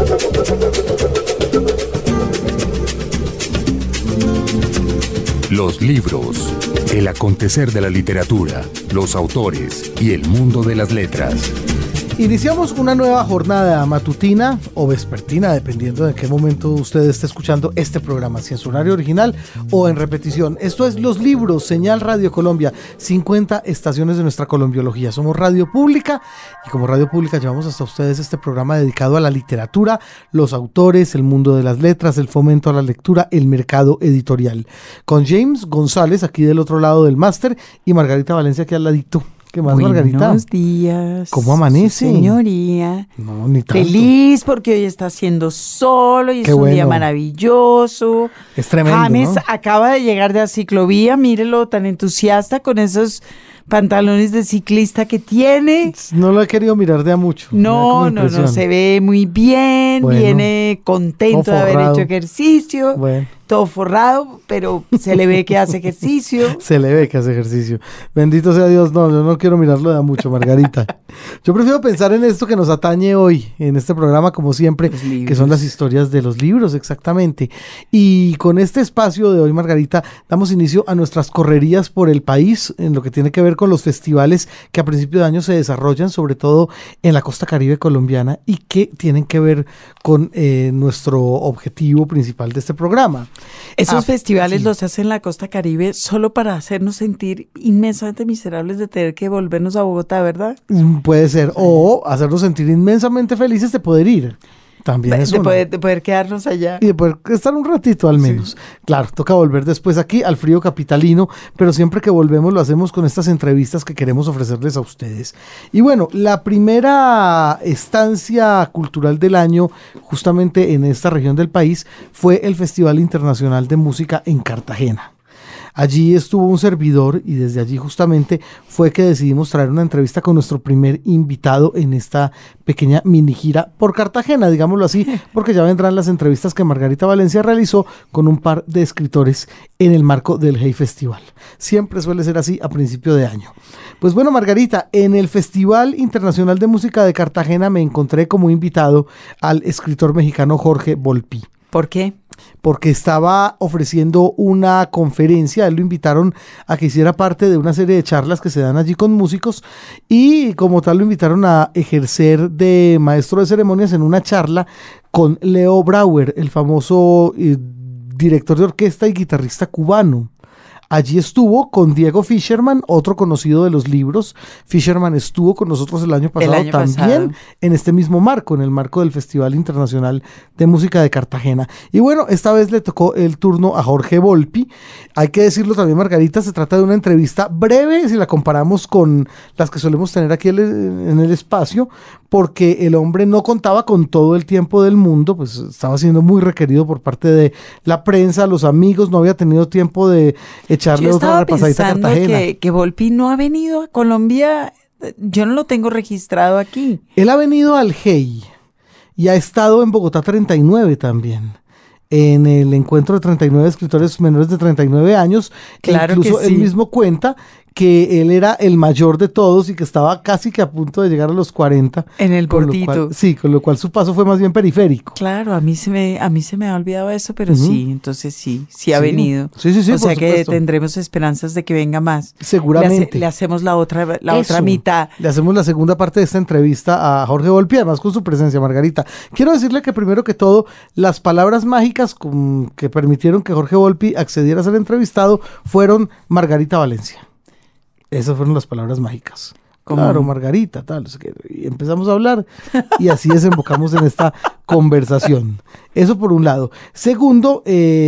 Los libros, el acontecer de la literatura, los autores y el mundo de las letras. Iniciamos una nueva jornada matutina o vespertina, dependiendo de qué momento usted esté escuchando este programa, si en su horario original o en repetición. Esto es Los Libros, Señal Radio Colombia, 50 estaciones de nuestra colombiología. Somos radio pública y como radio pública llevamos hasta ustedes este programa dedicado a la literatura, los autores, el mundo de las letras, el fomento a la lectura, el mercado editorial. Con James González aquí del otro lado del máster y Margarita Valencia aquí al ladito. ¿Qué más, Margarita? Buenos días. ¿Cómo amanece? Señoría. No, ni tanto. Feliz porque hoy está haciendo sol y es un día maravilloso. Es tremendo, James ¿no? acaba de llegar de la ciclovía, mírelo tan entusiasta con esos pantalones de ciclista que tiene. No lo he querido mirar de a mucho. No, se ve muy bien, bueno, viene contento de haber hecho ejercicio. Bueno. Todo forrado, pero se le ve que hace ejercicio. Se le ve que hace ejercicio. Bendito sea Dios. No, yo no quiero mirarlo de a mucho, Margarita. Yo prefiero pensar en esto que nos atañe hoy, en este programa, como siempre, que son las historias de los libros, exactamente. Y con este espacio de hoy, Margarita, damos inicio a nuestras correrías por el país, en lo que tiene que ver con los festivales que a principio de año se desarrollan, sobre todo en la costa caribe colombiana, y que tienen que ver con nuestro objetivo principal de este programa. Esos festivales los hacen en la costa caribe solo para hacernos sentir inmensamente miserables de tener que volvernos a Bogotá, ¿verdad? Puede ser, o hacernos sentir inmensamente felices de poder ir. También es de poder quedarnos allá. Y de poder estar un ratito al menos. Sí. Claro, toca volver después aquí al frío capitalino, pero siempre que volvemos lo hacemos con estas entrevistas que queremos ofrecerles a ustedes. Y bueno, la primera estancia cultural del año, justamente en esta región del país, fue el Festival Internacional de Música en Cartagena. Allí estuvo un servidor y desde allí justamente fue que decidimos traer una entrevista con nuestro primer invitado en esta pequeña mini gira por Cartagena, digámoslo así, porque ya vendrán las entrevistas que Margarita Valencia realizó con un par de escritores en el marco del Hey Festival. Siempre suele ser así a principio de año. Pues bueno, Margarita, en el Festival Internacional de Música de Cartagena me encontré como invitado al escritor mexicano Jorge Volpi. ¿Por qué? Porque estaba ofreciendo una conferencia, él lo invitaron a que hiciera parte de una serie de charlas que se dan allí con músicos y como tal lo invitaron a ejercer de maestro de ceremonias en una charla con Leo Brauer, el famoso director de orquesta y guitarrista cubano. Allí estuvo con Diego Fisherman, otro conocido de los libros. Fisherman estuvo con nosotros el año pasado en este mismo marco, en el marco del Festival Internacional de Música de Cartagena. Y bueno, esta vez le tocó el turno a Jorge Volpi. Hay que decirlo también, Margarita, se trata de una entrevista breve, si la comparamos con las que solemos tener aquí en el espacio, porque el hombre no contaba con todo el tiempo del mundo, pues estaba siendo muy requerido por parte de la prensa, los amigos, no había tenido tiempo de echarle otra repasadita a Cartagena. Que Volpi no ha venido a Colombia, yo no lo tengo registrado aquí. Él ha venido al Hey y ha estado en Bogotá 39 también, en el encuentro de 39 escritores menores de 39 años. Claro, incluso que sí. Él mismo cuenta que él era el mayor de todos y que estaba casi que a punto de llegar a los 40. En el bordito. Con lo cual su paso fue más bien periférico. Claro, a mí se me ha olvidado eso, pero sí, entonces sí ha venido. Sí, o sea que tendremos esperanzas de que venga más. Seguramente. Le hacemos la otra mitad. Le hacemos la segunda parte de esta entrevista a Jorge Volpi, además con su presencia, Margarita. Quiero decirle que primero que todo, las palabras mágicas que permitieron que Jorge Volpi accediera a ser entrevistado fueron Margarita Valencia. Esas fueron las palabras mágicas. ¿Cómo? Claro, Margarita, tal. Y empezamos a hablar y así desembocamos en esta conversación. Eso por un lado. Segundo,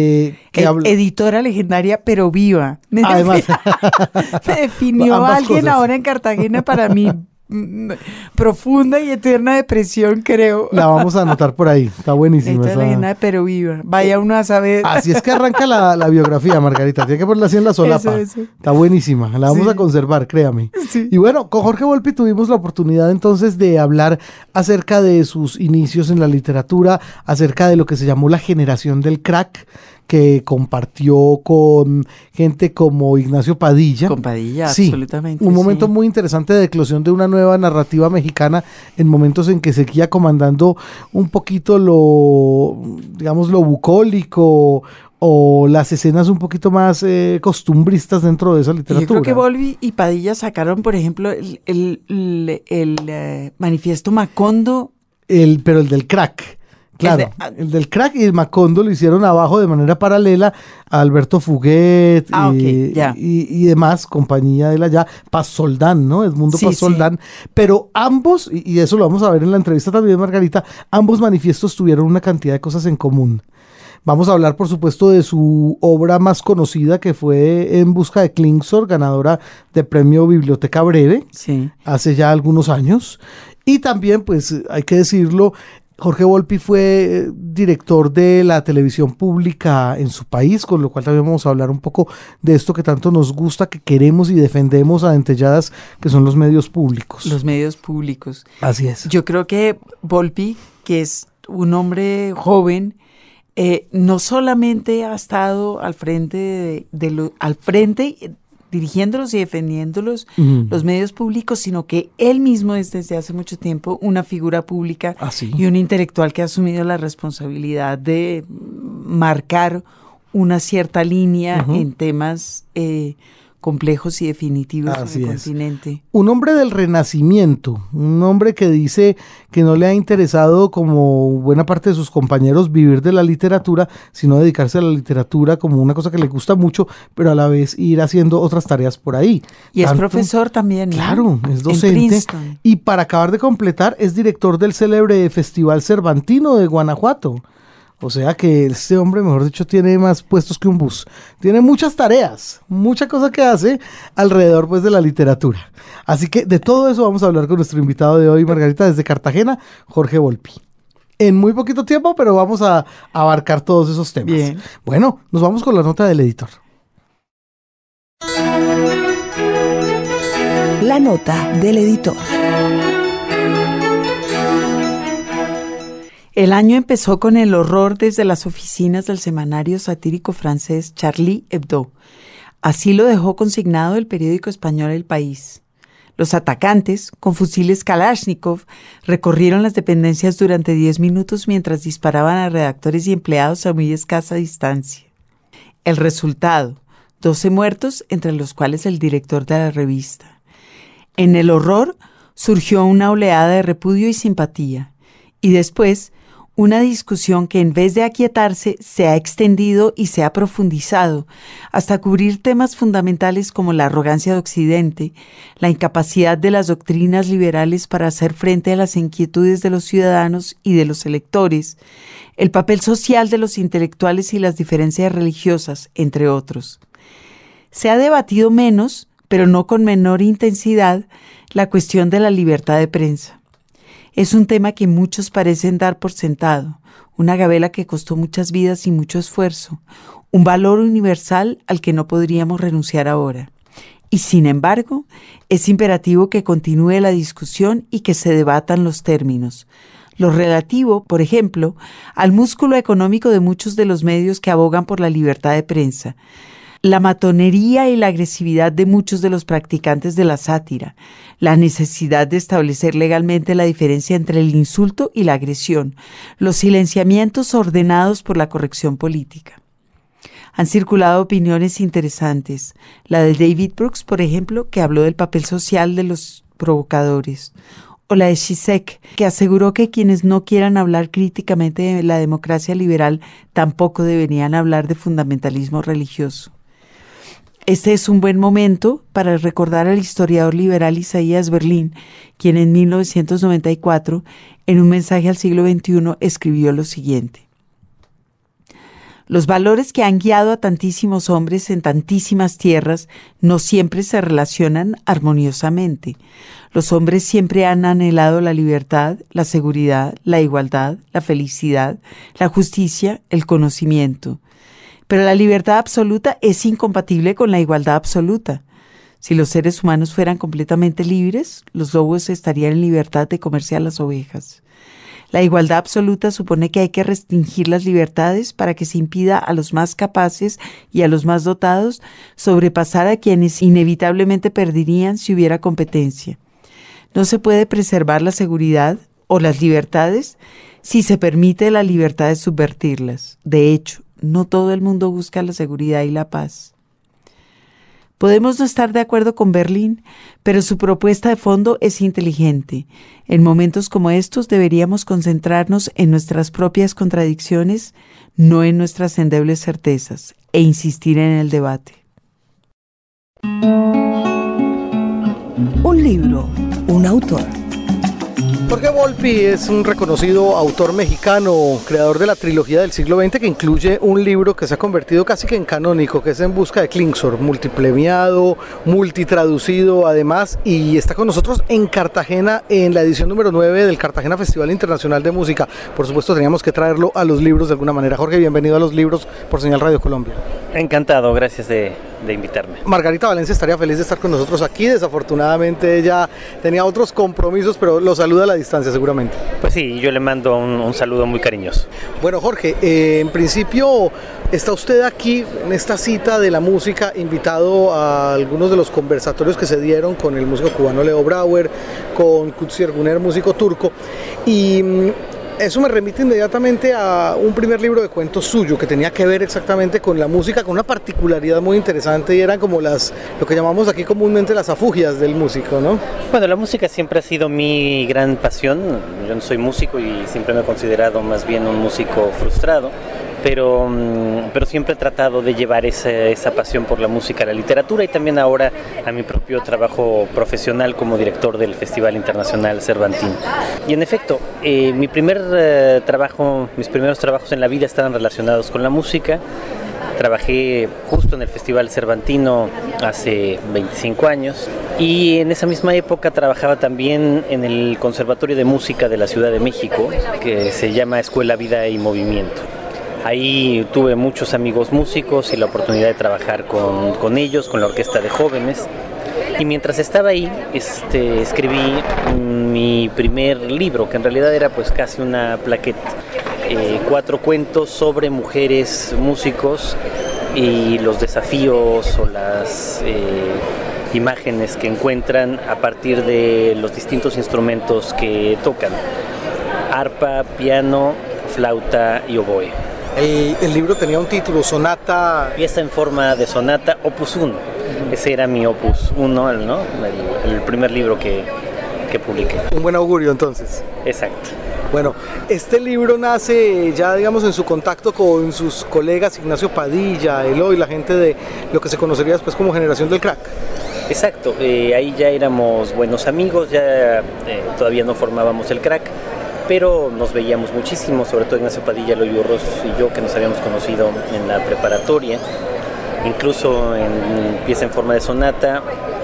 editora legendaria, pero viva. Además, me definió alguien cosas. Ahora en Cartagena para mí. Profunda y eterna depresión, creo. La vamos a anotar por ahí, está buenísima. Esta leyenda, pero viva. Vaya uno a saber. Así es que arranca la biografía, Margarita. Tiene que ponerla así en la solapa. Eso. Está buenísima, la vamos a conservar, créame. Sí. Y bueno, con Jorge Volpi tuvimos la oportunidad entonces de hablar acerca de sus inicios en la literatura, acerca de lo que se llamó la generación del crack, que compartió con gente como Ignacio Padilla. Con Padilla, sí, absolutamente. Un momento muy interesante de eclosión de una nueva narrativa mexicana en momentos en que seguía comandando un poquito digamos, lo bucólico o las escenas un poquito más costumbristas dentro de esa literatura. Yo creo que Volpi y Padilla sacaron, por ejemplo, el manifiesto Macondo. Pero el del crack. Claro, el del crack y el Macondo lo hicieron abajo de manera paralela a Alberto Fuguet y demás, compañía de la ya, Paz Soldán, ¿no? Edmundo Paz Soldán. Pero ambos, y eso lo vamos a ver en la entrevista también, Margarita, ambos manifiestos tuvieron una cantidad de cosas en común. Vamos a hablar, por supuesto, de su obra más conocida, que fue En busca de Klingsor, ganadora de premio Biblioteca Breve, hace ya algunos años. Y también, pues, hay que decirlo, Jorge Volpi fue director de la televisión pública en su país, con lo cual también vamos a hablar un poco de esto que tanto nos gusta, que queremos y defendemos a dentelladas, que son los medios públicos. Los medios públicos. Así es. Yo creo que Volpi, que es un hombre joven, no solamente ha estado al frente dirigiéndolos y defendiéndolos los medios públicos, sino que él mismo es desde hace mucho tiempo una figura pública y un intelectual que ha asumido la responsabilidad de marcar una cierta línea en temas complejos y definitivos en el continente. Un hombre del Renacimiento, un hombre que dice que no le ha interesado, como buena parte de sus compañeros, vivir de la literatura, sino dedicarse a la literatura como una cosa que le gusta mucho, pero a la vez ir haciendo otras tareas por ahí. Y es profesor también, ¿no? Claro, es docente. Y para acabar de completar, es director del célebre Festival Cervantino de Guanajuato. O sea que este hombre, mejor dicho, tiene más puestos que un bus. Tiene muchas tareas, mucha cosa que hace alrededor, pues, de la literatura. Así que de todo eso vamos a hablar con nuestro invitado de hoy, Margarita, desde Cartagena, Jorge Volpi. En muy poquito tiempo, pero vamos a abarcar todos esos temas. Bien. Bueno, nos vamos con la nota del editor. La nota del editor. El año empezó con el horror desde las oficinas del semanario satírico francés Charlie Hebdo. Así lo dejó consignado el periódico español El País. Los atacantes, con fusiles Kalashnikov, recorrieron las dependencias durante 10 minutos mientras disparaban a redactores y empleados a muy escasa distancia. El resultado: 12 muertos, entre los cuales el director de la revista. En el horror surgió una oleada de repudio y simpatía, y después una discusión que en vez de aquietarse se ha extendido y se ha profundizado hasta cubrir temas fundamentales como la arrogancia de Occidente, la incapacidad de las doctrinas liberales para hacer frente a las inquietudes de los ciudadanos y de los electores, el papel social de los intelectuales y las diferencias religiosas, entre otros. Se ha debatido menos, pero no con menor intensidad, la cuestión de la libertad de prensa. Es un tema que muchos parecen dar por sentado, una gabela que costó muchas vidas y mucho esfuerzo, un valor universal al que no podríamos renunciar ahora. Y sin embargo, es imperativo que continúe la discusión y que se debatan los términos. Lo relativo, por ejemplo, al músculo económico de muchos de los medios que abogan por la libertad de prensa, la matonería y la agresividad de muchos de los practicantes de la sátira, la necesidad de establecer legalmente la diferencia entre el insulto y la agresión, los silenciamientos ordenados por la corrección política. Han circulado opiniones interesantes, la de David Brooks, por ejemplo, que habló del papel social de los provocadores, o la de Zizek, que aseguró que quienes no quieran hablar críticamente de la democracia liberal tampoco deberían hablar de fundamentalismo religioso. Este es un buen momento para recordar al historiador liberal Isaías Berlin, quien en 1994, en un mensaje al siglo XXI, escribió lo siguiente: los valores que han guiado a tantísimos hombres en tantísimas tierras no siempre se relacionan armoniosamente. Los hombres siempre han anhelado la libertad, la seguridad, la igualdad, la felicidad, la justicia, el conocimiento. Pero la libertad absoluta es incompatible con la igualdad absoluta. Si los seres humanos fueran completamente libres, los lobos estarían en libertad de comerse a las ovejas. La igualdad absoluta supone que hay que restringir las libertades para que se impida a los más capaces y a los más dotados sobrepasar a quienes inevitablemente perderían si hubiera competencia. No se puede preservar la seguridad o las libertades si se permite la libertad de subvertirlas. De hecho, no todo el mundo busca la seguridad y la paz. Podemos no estar de acuerdo con Berlín, pero su propuesta de fondo es inteligente. En momentos como estos deberíamos concentrarnos en nuestras propias contradicciones, no en nuestras endebles certezas, e insistir en el debate. Un libro, un autor. Jorge Volpi es un reconocido autor mexicano, creador de la trilogía del siglo XX, que incluye un libro que se ha convertido casi que en canónico, que es En busca de Klingsor, multipremiado, multitraducido además, y está con nosotros en Cartagena en la edición número 9 del Cartagena Festival Internacional de Música. Por supuesto teníamos que traerlo a los libros de alguna manera. Jorge, bienvenido a los libros por Señal Radio Colombia. Encantado, gracias de invitarme. Margarita Valencia estaría feliz de estar con nosotros aquí. Desafortunadamente ella tenía otros compromisos, pero lo saluda a la distancia seguramente. Pues sí, yo le mando un saludo muy cariñoso. Bueno, Jorge, en principio está usted aquí en esta cita de la música, invitado a algunos de los conversatorios que se dieron con el músico cubano Leo Brauer, con Kutsi Erguner, músico turco, y eso me remite inmediatamente a un primer libro de cuentos suyo que tenía que ver exactamente con la música, con una particularidad muy interesante, y eran como lo que llamamos aquí comúnmente las afugias del músico, ¿no? Bueno, la música siempre ha sido mi gran pasión. Yo no soy músico y siempre me he considerado más bien un músico frustrado, pero siempre he tratado de llevar esa pasión por la música a la literatura y también ahora a mi propio trabajo profesional como director del Festival Internacional Cervantino. Y en efecto, mis primeros trabajos en la vida estaban relacionados con la música. Trabajé justo en el Festival Cervantino hace 25 años y en esa misma época trabajaba también en el Conservatorio de Música de la Ciudad de México, que se llama Escuela Vida y Movimiento. Ahí tuve muchos amigos músicos y la oportunidad de trabajar con ellos, con la orquesta de jóvenes. Y mientras estaba ahí, escribí mi primer libro, que en realidad era pues casi una plaqueta. 4 cuentos sobre mujeres músicos y los desafíos o las imágenes que encuentran a partir de los distintos instrumentos que tocan: arpa, piano, flauta y oboe. El libro tenía un título, Sonata... Pieza en forma de sonata, Opus 1. Ese era mi Opus 1, ¿no? el primer libro que publiqué. Un buen augurio entonces. Exacto. Bueno, este libro nace ya, digamos, en su contacto con sus colegas Ignacio Padilla, Eloy, la gente de lo que se conocería después como Generación del Crack. Exacto, ahí ya éramos buenos amigos, ya todavía no formábamos el Crack, pero nos veíamos muchísimo, sobre todo Ignacio Padilla, Eloy Urroz y yo, que nos habíamos conocido en la preparatoria. Incluso en Pieza en forma de sonata,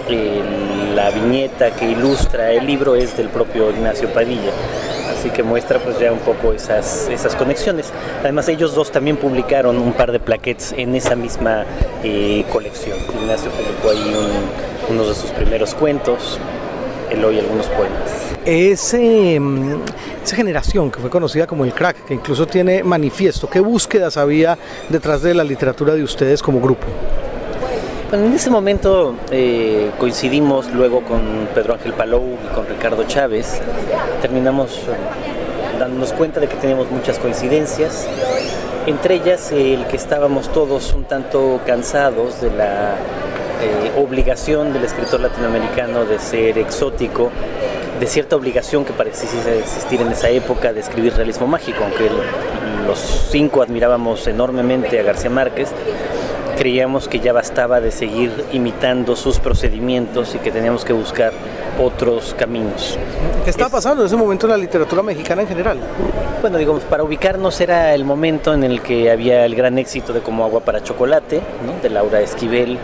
la viñeta que ilustra el libro es del propio Ignacio Padilla. Así que muestra pues ya un poco esas conexiones. Además ellos dos también publicaron un par de plaquettes en esa misma colección. Ignacio publicó ahí unos de sus primeros cuentos, Eloy algunos poemas. Esa generación que fue conocida como el Crack, que incluso tiene manifiesto, ¿qué búsquedas había detrás de la literatura de ustedes como grupo? Bueno, en ese momento coincidimos luego con Pedro Ángel Palou y con Ricardo Chávez. Terminamos dándonos cuenta de que teníamos muchas coincidencias, entre ellas el que estábamos todos un tanto cansados de la obligación del escritor latinoamericano de ser exótico, de cierta obligación que parecía existir en esa época de escribir realismo mágico. Aunque los 5 admirábamos enormemente a García Márquez, creíamos que ya bastaba de seguir imitando sus procedimientos y que teníamos que buscar otros caminos. ¿Qué estaba pasando en ese momento en la literatura mexicana en general? Bueno, digamos, para ubicarnos era el momento en el que había el gran éxito de Como agua para chocolate, ¿no?, de Laura Esquivel,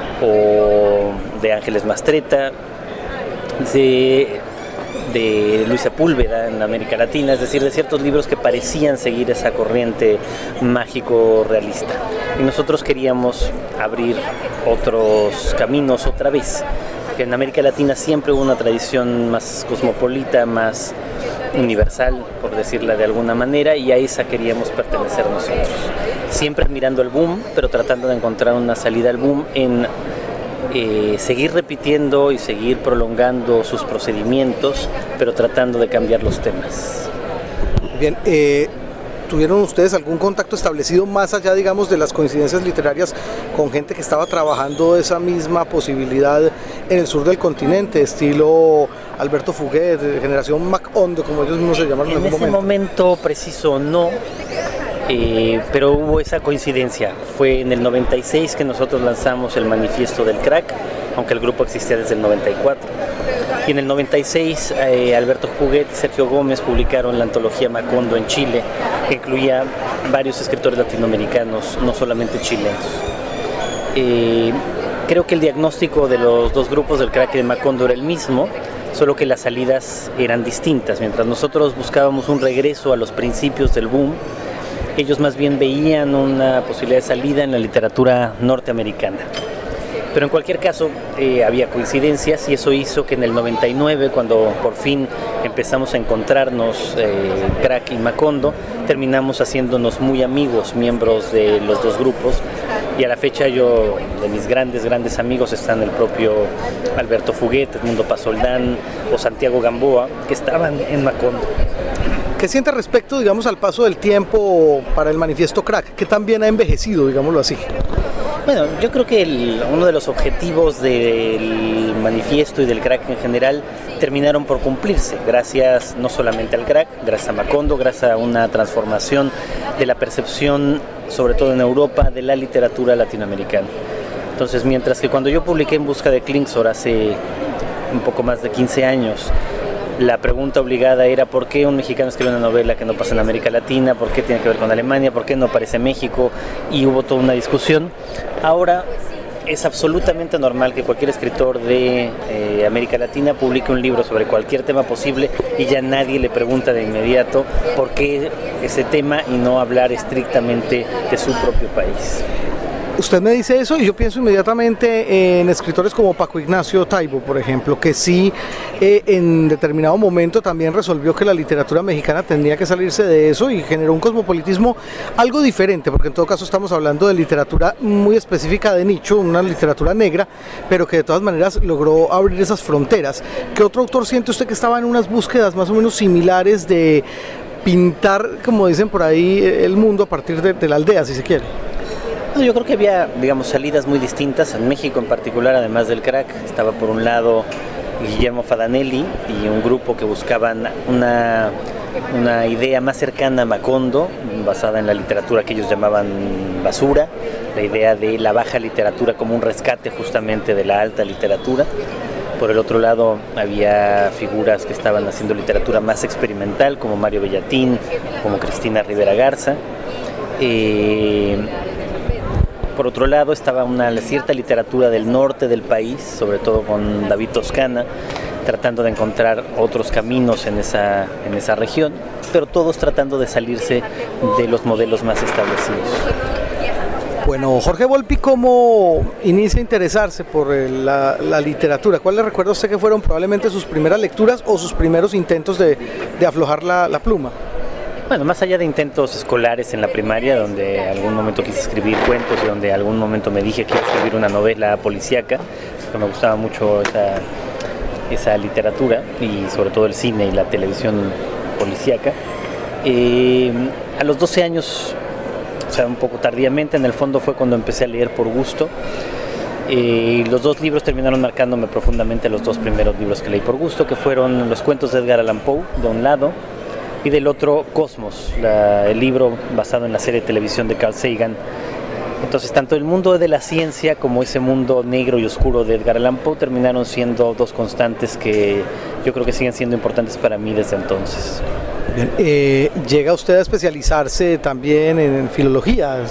o de Ángeles Mastretta, de Luis Sepúlveda en América Latina, es decir, de ciertos libros que parecían seguir esa corriente mágico-realista. Y nosotros queríamos abrir otros caminos otra vez, que en América Latina siempre hubo una tradición más cosmopolita, más universal, por decirla de alguna manera, y a esa queríamos pertenecer nosotros. Siempre admirando el boom, pero tratando de encontrar una salida al boom en seguir repitiendo y seguir prolongando sus procedimientos, pero tratando de cambiar los temas. Bien, ¿tuvieron ustedes algún contacto establecido más allá, digamos, de las coincidencias literarias con gente que estaba trabajando esa misma posibilidad en el sur del continente, estilo Alberto Fuguet, generación Macondo, como ellos mismos se llamaron en algún momento? En ese momento preciso no, pero hubo esa coincidencia. Fue en el 96 que nosotros lanzamos el Manifiesto del Crack, aunque el grupo existía desde el 94. Y en el 96 Alberto Fuguet y Sergio Gómez publicaron la antología Macondo en Chile, que incluía varios escritores latinoamericanos, no solamente chilenos. Creo que el diagnóstico de los dos grupos del Crack y de Macondo era el mismo, solo que las salidas eran distintas. Mientras nosotros buscábamos un regreso a los principios del boom, ellos más bien veían una posibilidad de salida en la literatura norteamericana. Pero en cualquier caso había coincidencias, y eso hizo que en el 99, cuando por fin empezamos a encontrarnos Crack y Macondo, terminamos haciéndonos muy amigos, miembros de los dos grupos, y a la fecha de mis grandes amigos están el propio Alberto Fuguet, Edmundo Pasoldán o Santiago Gamboa, que estaban en Macondo. ¿Qué siente respecto, digamos, al paso del tiempo para el Manifiesto Crack? ¿Qué tan bien ha envejecido, digámoslo así? Bueno, yo creo que uno de los objetivos del Manifiesto y del Crack en general terminaron por cumplirse, gracias no solamente al Crack, gracias a Macondo, gracias a una transformación de la percepción, sobre todo en Europa, de la literatura latinoamericana. Entonces, mientras que cuando yo publiqué En busca de Klingsor hace un poco más de 15 años, la pregunta obligada era ¿por qué un mexicano escribe una novela que no pasa en América Latina? ¿Por qué tiene que ver con Alemania? ¿Por qué no aparece México? Y hubo toda una discusión. Ahora es absolutamente normal que cualquier escritor de América Latina publique un libro sobre cualquier tema posible y ya nadie le pregunta de inmediato por qué ese tema y no hablar estrictamente de su propio país. Usted me dice eso y yo pienso inmediatamente en escritores como Paco Ignacio Taibo, por ejemplo, que sí en determinado momento también resolvió que la literatura mexicana tenía que salirse de eso y generó un cosmopolitismo algo diferente, porque en todo caso estamos hablando de literatura muy específica de nicho, una literatura negra, pero que de todas maneras logró abrir esas fronteras. ¿Qué otro autor siente usted que estaba en unas búsquedas más o menos similares de pintar, como dicen por ahí, el mundo a partir de la aldea, si se quiere? Yo creo que había, digamos, salidas muy distintas. En México en particular, además del Crack, estaba por un lado Guillermo Fadanelli y un grupo que buscaban una idea más cercana a Macondo, basada en la literatura que ellos llamaban basura, la idea de la baja literatura como un rescate justamente de la alta literatura. Por el otro lado había figuras que estaban haciendo literatura más experimental, como Mario Bellatín, como Cristina Rivera Garza. Por otro lado estaba una cierta literatura del norte del país, sobre todo con David Toscana, tratando de encontrar otros caminos en esa región, pero todos tratando de salirse de los modelos más establecidos. Bueno, Jorge Volpi, ¿cómo inicia a interesarse por la literatura? ¿Cuál le recuerda a usted que fueron probablemente sus primeras lecturas o sus primeros intentos de aflojar la pluma? Bueno, más allá de intentos escolares en la primaria, donde algún momento quise escribir cuentos y donde algún momento me dije que iba a escribir una novela policíaca, que me gustaba mucho esa literatura y sobre todo el cine y la televisión policíaca. A los 12 años, o sea, un poco tardíamente, en el fondo fue cuando empecé a leer por gusto. Los dos libros terminaron marcándome profundamente, los dos primeros libros que leí por gusto, que fueron los cuentos de Edgar Allan Poe, de un lado, y del otro Cosmos, el libro basado en la serie de televisión de Carl Sagan. Entonces, tanto el mundo de la ciencia como ese mundo negro y oscuro de Edgar Allan Poe terminaron siendo dos constantes que yo creo que siguen siendo importantes para mí desde entonces. Bien, ¿llega usted a especializarse también en filología?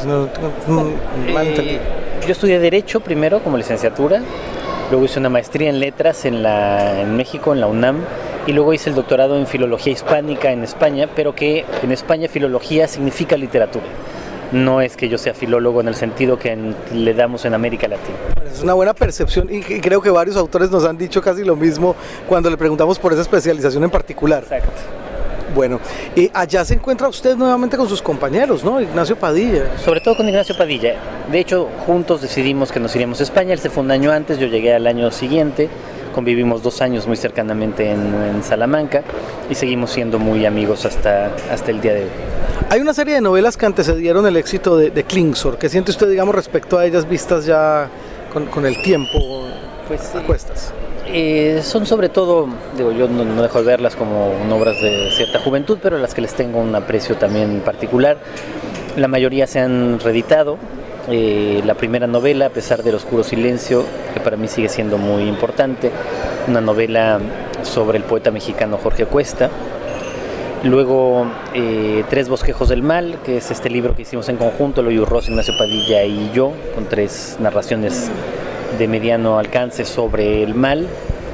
Yo estudié Derecho primero como licenciatura, luego hice una maestría en Letras en México, en la UNAM, y luego hice el doctorado en Filología Hispánica en España, pero que en España filología significa literatura. No es que yo sea filólogo en el sentido que le damos en América Latina. Es una buena percepción y creo que varios autores nos han dicho casi lo mismo cuando le preguntamos por esa especialización en particular. Exacto. Bueno, allá se encuentra usted nuevamente con sus compañeros, ¿no? Ignacio Padilla. Sobre todo con Ignacio Padilla. De hecho, juntos decidimos que nos iríamos a España. Él se fue un año antes, yo llegué al año siguiente. Convivimos 2 años muy cercanamente en Salamanca y seguimos siendo muy amigos hasta el día de hoy. Hay una serie de novelas que antecedieron el éxito de Klingsor. ¿Qué siente usted, digamos, respecto a ellas vistas ya con el tiempo pues, a cuestas? Son sobre todo, yo no dejo de verlas como obras de cierta juventud, pero las que les tengo un aprecio también particular. La mayoría se han reeditado. La primera novela, A pesar del oscuro silencio, que para mí sigue siendo muy importante, una novela sobre el poeta mexicano Jorge Cuesta. Luego 3 bosquejos del mal, que es este libro que hicimos en conjunto, Eloy Urroz, Ignacio Padilla y yo, con 3 narraciones de mediano alcance sobre el mal.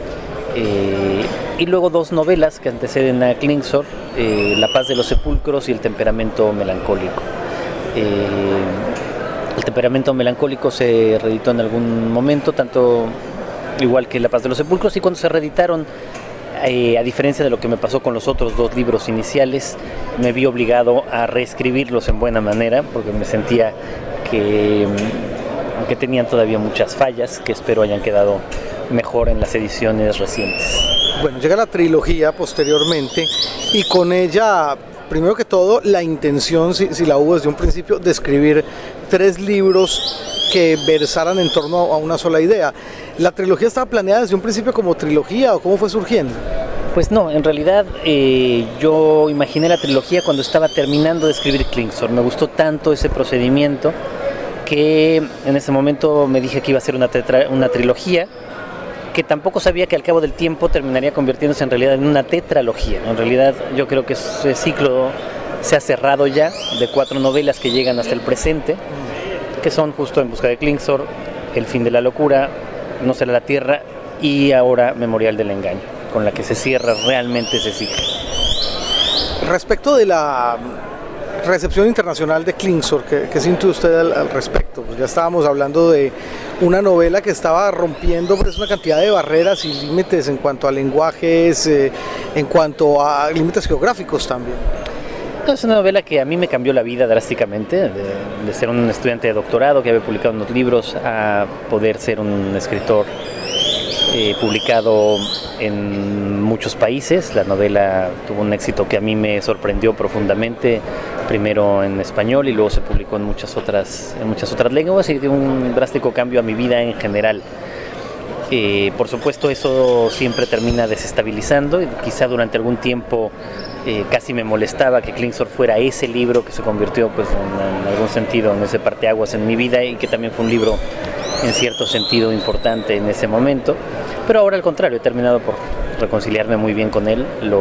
Y luego 2 novelas que anteceden a Klingsor, La paz de los sepulcros y El temperamento melancólico. El temperamento melancólico se reeditó en algún momento, tanto igual que La paz de los sepulcros, y cuando se reeditaron, a diferencia de lo que me pasó con los otros 2 libros iniciales, me vi obligado a reescribirlos en buena manera, porque me sentía que tenían todavía muchas fallas, que espero hayan quedado mejor en las ediciones recientes. Bueno, llega la trilogía posteriormente y con ella, primero que todo, la intención, si la hubo desde un principio, de escribir 3 libros que versaran en torno a una sola idea. ¿La trilogía estaba planeada desde un principio como trilogía o cómo fue surgiendo? Pues no, en realidad yo imaginé la trilogía cuando estaba terminando de escribir Klingsor. Me gustó tanto ese procedimiento que en ese momento me dije que iba a ser una trilogía, que tampoco sabía que al cabo del tiempo terminaría convirtiéndose en realidad en una tetralogía. En realidad yo creo que ese ciclo se ha cerrado ya, de 4 novelas que llegan hasta el presente, que son justo En busca de Klingsor, El fin de la locura, No será la tierra y ahora Memorial del engaño, con la que se cierra realmente ese ciclo. Respecto de la recepción internacional de Klingsor, ¿qué siente usted al respecto? Pues ya estábamos hablando de una novela que estaba rompiendo pues, una cantidad de barreras y límites en cuanto a lenguajes, en cuanto a límites geográficos también. Es una novela que a mí me cambió la vida drásticamente, de ser un estudiante de doctorado que había publicado unos libros a poder ser un escritor publicado en muchos países. La novela tuvo un éxito que a mí me sorprendió profundamente, primero en español y luego se publicó en muchas otras lenguas y dio un drástico cambio a mi vida en general. Por supuesto eso siempre termina desestabilizando y quizá durante algún tiempo casi me molestaba que Klingsor fuera ese libro que se convirtió pues en algún sentido en ese parteaguas en mi vida y que también fue un libro en cierto sentido importante en ese momento, pero ahora al contrario, he terminado por reconciliarme muy bien con él.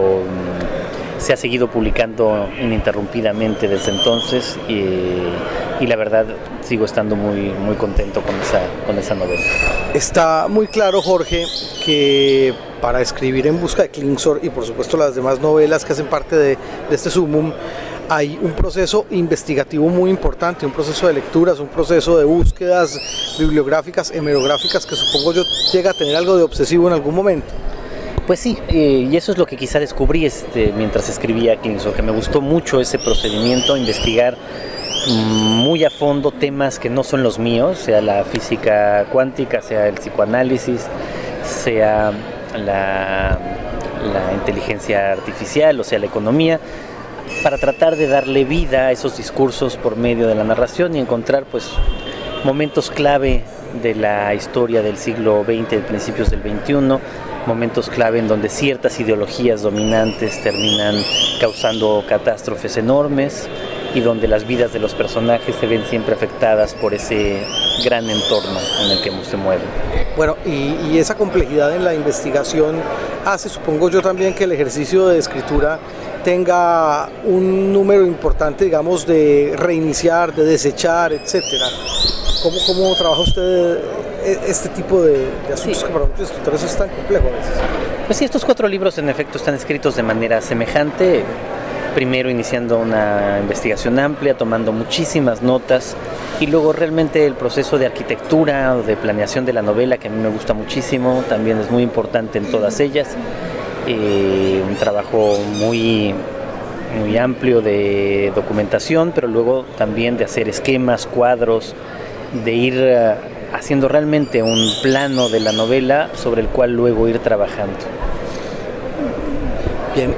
Se ha seguido publicando ininterrumpidamente desde entonces y la verdad sigo estando muy, muy contento con esa novela. Está muy claro, Jorge, que para escribir En busca de Klingsor y por supuesto las demás novelas que hacen parte de este sumum, hay un proceso investigativo muy importante, un proceso de lecturas, un proceso de búsquedas bibliográficas, hemerográficas, que supongo yo llega a tener algo de obsesivo en algún momento. Pues sí, y eso es lo que quizá descubrí mientras escribía Klingsor, que me gustó mucho ese procedimiento, investigar muy a fondo temas que no son los míos, sea la física cuántica, sea el psicoanálisis, sea la inteligencia artificial, o sea la economía, para tratar de darle vida a esos discursos por medio de la narración y encontrar pues momentos clave de la historia del siglo XX, de principios del XXI, momentos clave en donde ciertas ideologías dominantes terminan causando catástrofes enormes y donde las vidas de los personajes se ven siempre afectadas por ese gran entorno en el que se mueven. Bueno, y esa complejidad en la investigación hace, supongo yo también, que el ejercicio de escritura tenga un número importante, digamos, de reiniciar, de desechar, etcétera. ¿Cómo trabaja usted este tipo de asuntos que para muchos escritores es tan complejo a veces? Pues sí, estos 4 libros en efecto están escritos de manera semejante. Primero iniciando una investigación amplia, tomando muchísimas notas y luego realmente el proceso de arquitectura o de planeación de la novela, que a mí me gusta muchísimo, también es muy importante en todas ellas. Un trabajo muy muy amplio de documentación, pero luego también de hacer esquemas, cuadros, de ir haciendo realmente un plano de la novela sobre el cual luego ir trabajando. Bien,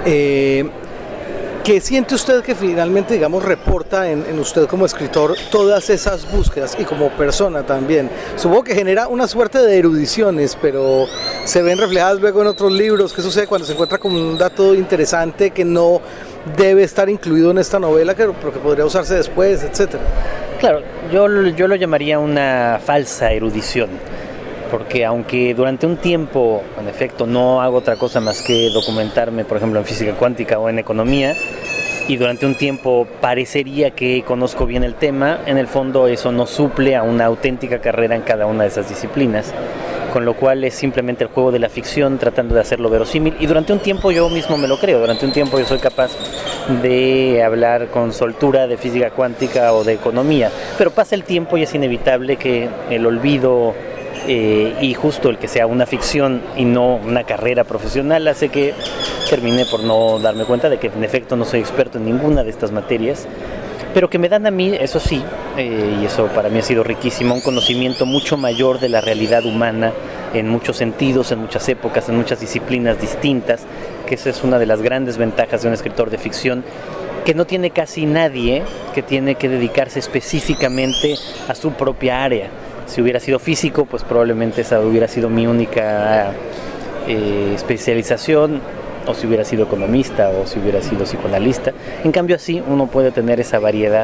¿qué siente usted que finalmente, digamos, reporta en usted como escritor todas esas búsquedas y como persona también? Supongo que genera una suerte de erudiciones, pero se ven reflejadas luego en otros libros. ¿Qué sucede cuando se encuentra con un dato interesante que no debe estar incluido en esta novela, pero que podría usarse después, etcétera? Claro, yo lo llamaría una falsa erudición, porque aunque durante un tiempo, en efecto, no hago otra cosa más que documentarme, por ejemplo, en física cuántica o en economía, y durante un tiempo parecería que conozco bien el tema, en el fondo eso no suple a una auténtica carrera en cada una de esas disciplinas, con lo cual es simplemente el juego de la ficción tratando de hacerlo verosímil, y durante un tiempo yo mismo me lo creo, durante un tiempo yo soy capaz de hablar con soltura de física cuántica o de economía, pero pasa el tiempo y es inevitable que el olvido y justo el que sea una ficción y no una carrera profesional hace que termine por no darme cuenta de que en efecto no soy experto en ninguna de estas materias, pero que me dan a mí, eso sí, y eso para mí ha sido riquísimo, un conocimiento mucho mayor de la realidad humana en muchos sentidos, en muchas épocas, en muchas disciplinas distintas, que esa es una de las grandes ventajas de un escritor de ficción, que no tiene casi nadie que tiene que dedicarse específicamente a su propia área. Si hubiera sido físico, pues probablemente esa hubiera sido mi única especialización, o si hubiera sido economista, o si hubiera sido psicoanalista. En cambio así uno puede tener esa variedad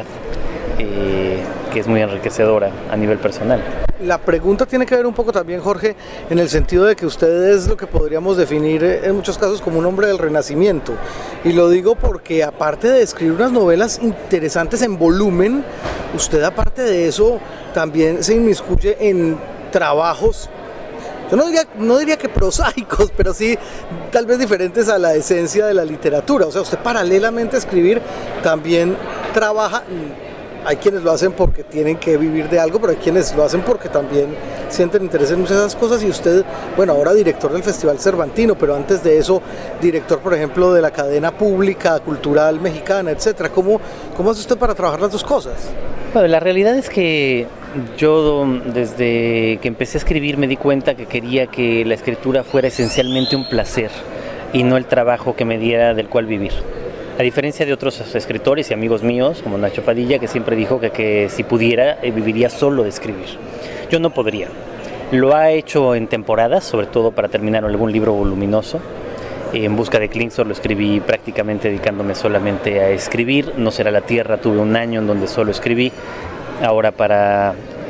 que es muy enriquecedora a nivel personal. La pregunta tiene que ver un poco también, Jorge, en el sentido de que usted es lo que podríamos definir en muchos casos como un hombre del Renacimiento. Y lo digo porque aparte de escribir unas novelas interesantes en volumen, usted aparte de eso también se inmiscuye en trabajos, yo no diría que prosaicos, pero sí tal vez diferentes a la esencia de la literatura. O sea, usted paralelamente a escribir también trabaja. Hay quienes lo hacen porque tienen que vivir de algo, pero hay quienes lo hacen porque también sienten interés en muchas de esas cosas. Y usted, bueno, ahora director del Festival Cervantino, pero antes de eso, director, por ejemplo, de la cadena pública, cultural mexicana, etcétera. ¿Cómo hace usted para trabajar las dos cosas? Bueno, la realidad es que yo desde que empecé a escribir me di cuenta que quería que la escritura fuera esencialmente un placer y no el trabajo que me diera del cual vivir. A diferencia de otros escritores y amigos míos, como Nacho Padilla, que siempre dijo que si pudiera, viviría solo de escribir. Yo no podría. Lo ha hecho en temporadas, sobre todo para terminar algún libro voluminoso. En busca de Klingsor lo escribí prácticamente dedicándome solamente a escribir. No será la tierra, tuve un año en donde solo escribí. Ahora para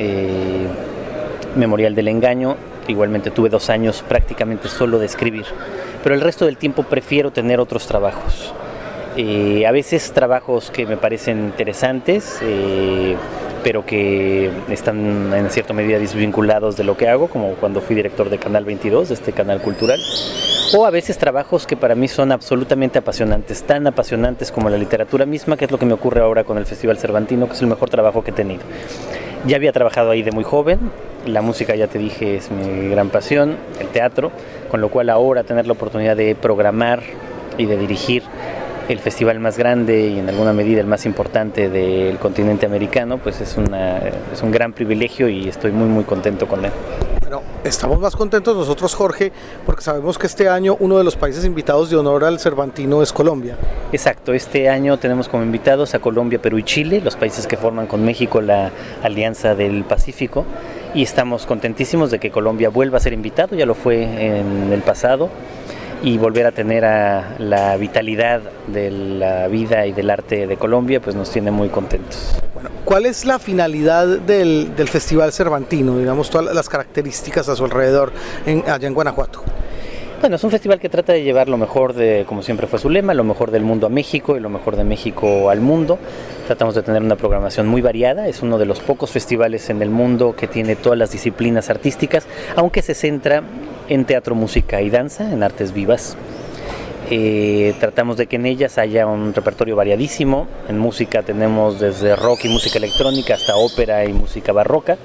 Memorial del Engaño, igualmente tuve 2 años prácticamente solo de escribir. Pero el resto del tiempo prefiero tener otros trabajos. A veces trabajos que me parecen interesantes, pero que están en cierta medida desvinculados de lo que hago, como cuando fui director de Canal 22, de este canal cultural, o a veces trabajos que para mí son absolutamente apasionantes, tan apasionantes como la literatura misma, que es lo que me ocurre ahora con el Festival Cervantino, que es el mejor trabajo que he tenido. Ya había trabajado ahí de muy joven, la música, ya te dije, es mi gran pasión, el teatro, con lo cual ahora tener la oportunidad de programar y de dirigir el festival más grande y en alguna medida el más importante del continente americano, pues es un gran privilegio y estoy muy muy contento con él. Bueno, estamos más contentos nosotros, Jorge, porque sabemos que este año uno de los países invitados de honor al Cervantino es Colombia. Exacto, este año tenemos como invitados a Colombia, Perú y Chile, los países que forman con México la Alianza del Pacífico, y estamos contentísimos de que Colombia vuelva a ser invitado, ya lo fue en el pasado, y volver a tener a la vitalidad de la vida y del arte de Colombia, pues nos tiene muy contentos. Bueno, ¿cuál es la finalidad del Festival Cervantino? Digamos, todas las características a su alrededor allá en Guanajuato. Bueno, es un festival que trata de llevar lo mejor de, como siempre fue su lema, lo mejor del mundo a México y lo mejor de México al mundo. Tratamos de tener una programación muy variada, es uno de los pocos festivales en el mundo que tiene todas las disciplinas artísticas, aunque se centra en teatro, música y danza, en artes vivas. Tratamos de que en ellas haya un repertorio variadísimo. En música tenemos desde rock y música electrónica hasta ópera y música barroca.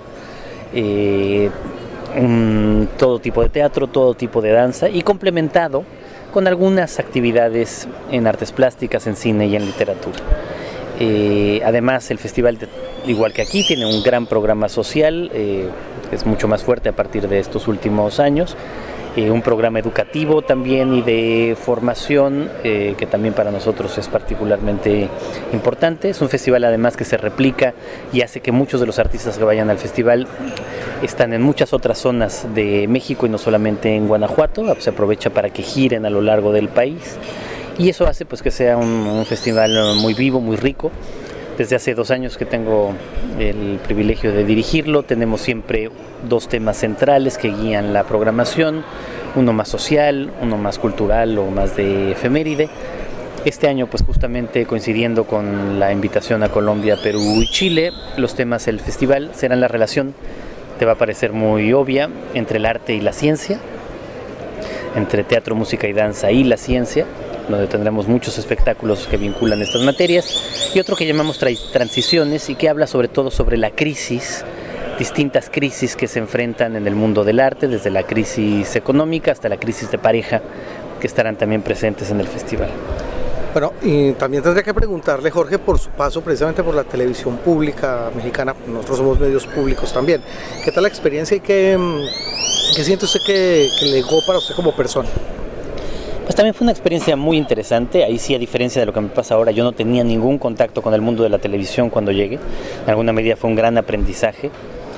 Todo tipo de teatro, todo tipo de danza, y complementado con algunas actividades en artes plásticas, en cine y en literatura. Además, el festival, igual que aquí, tiene un gran programa social, es mucho más fuerte a partir de estos últimos años. Un programa educativo también y de formación que también para nosotros es particularmente importante. Es un festival además que se replica y hace que muchos de los artistas que vayan al festival están en muchas otras zonas de México y no solamente en Guanajuato. Se aprovecha para que giren a lo largo del país y eso hace pues que sea un festival muy vivo, muy rico. Desde hace 2 años que tengo el privilegio de dirigirlo, tenemos siempre 2 temas centrales que guían la programación, uno más social, uno más cultural o más de efeméride. Este año, pues justamente coincidiendo con la invitación a Colombia, Perú y Chile, los temas del festival serán la relación, te va a parecer muy obvia, entre el arte y la ciencia, entre teatro, música y danza y la ciencia, donde tendremos muchos espectáculos que vinculan estas materias, y otro que llamamos transiciones y que habla sobre todo sobre la crisis, distintas crisis que se enfrentan en el mundo del arte, desde la crisis económica hasta la crisis de pareja, que estarán también presentes en el festival. Bueno, y también tendría que preguntarle, Jorge, por su paso precisamente por la televisión pública mexicana. Nosotros somos medios públicos también. ¿Qué tal la experiencia y qué siente usted que legó para usted como persona? Pues también fue una experiencia muy interesante. Ahí sí, a diferencia de lo que me pasa ahora, yo no tenía ningún contacto con el mundo de la televisión cuando llegué. En alguna medida fue un gran aprendizaje.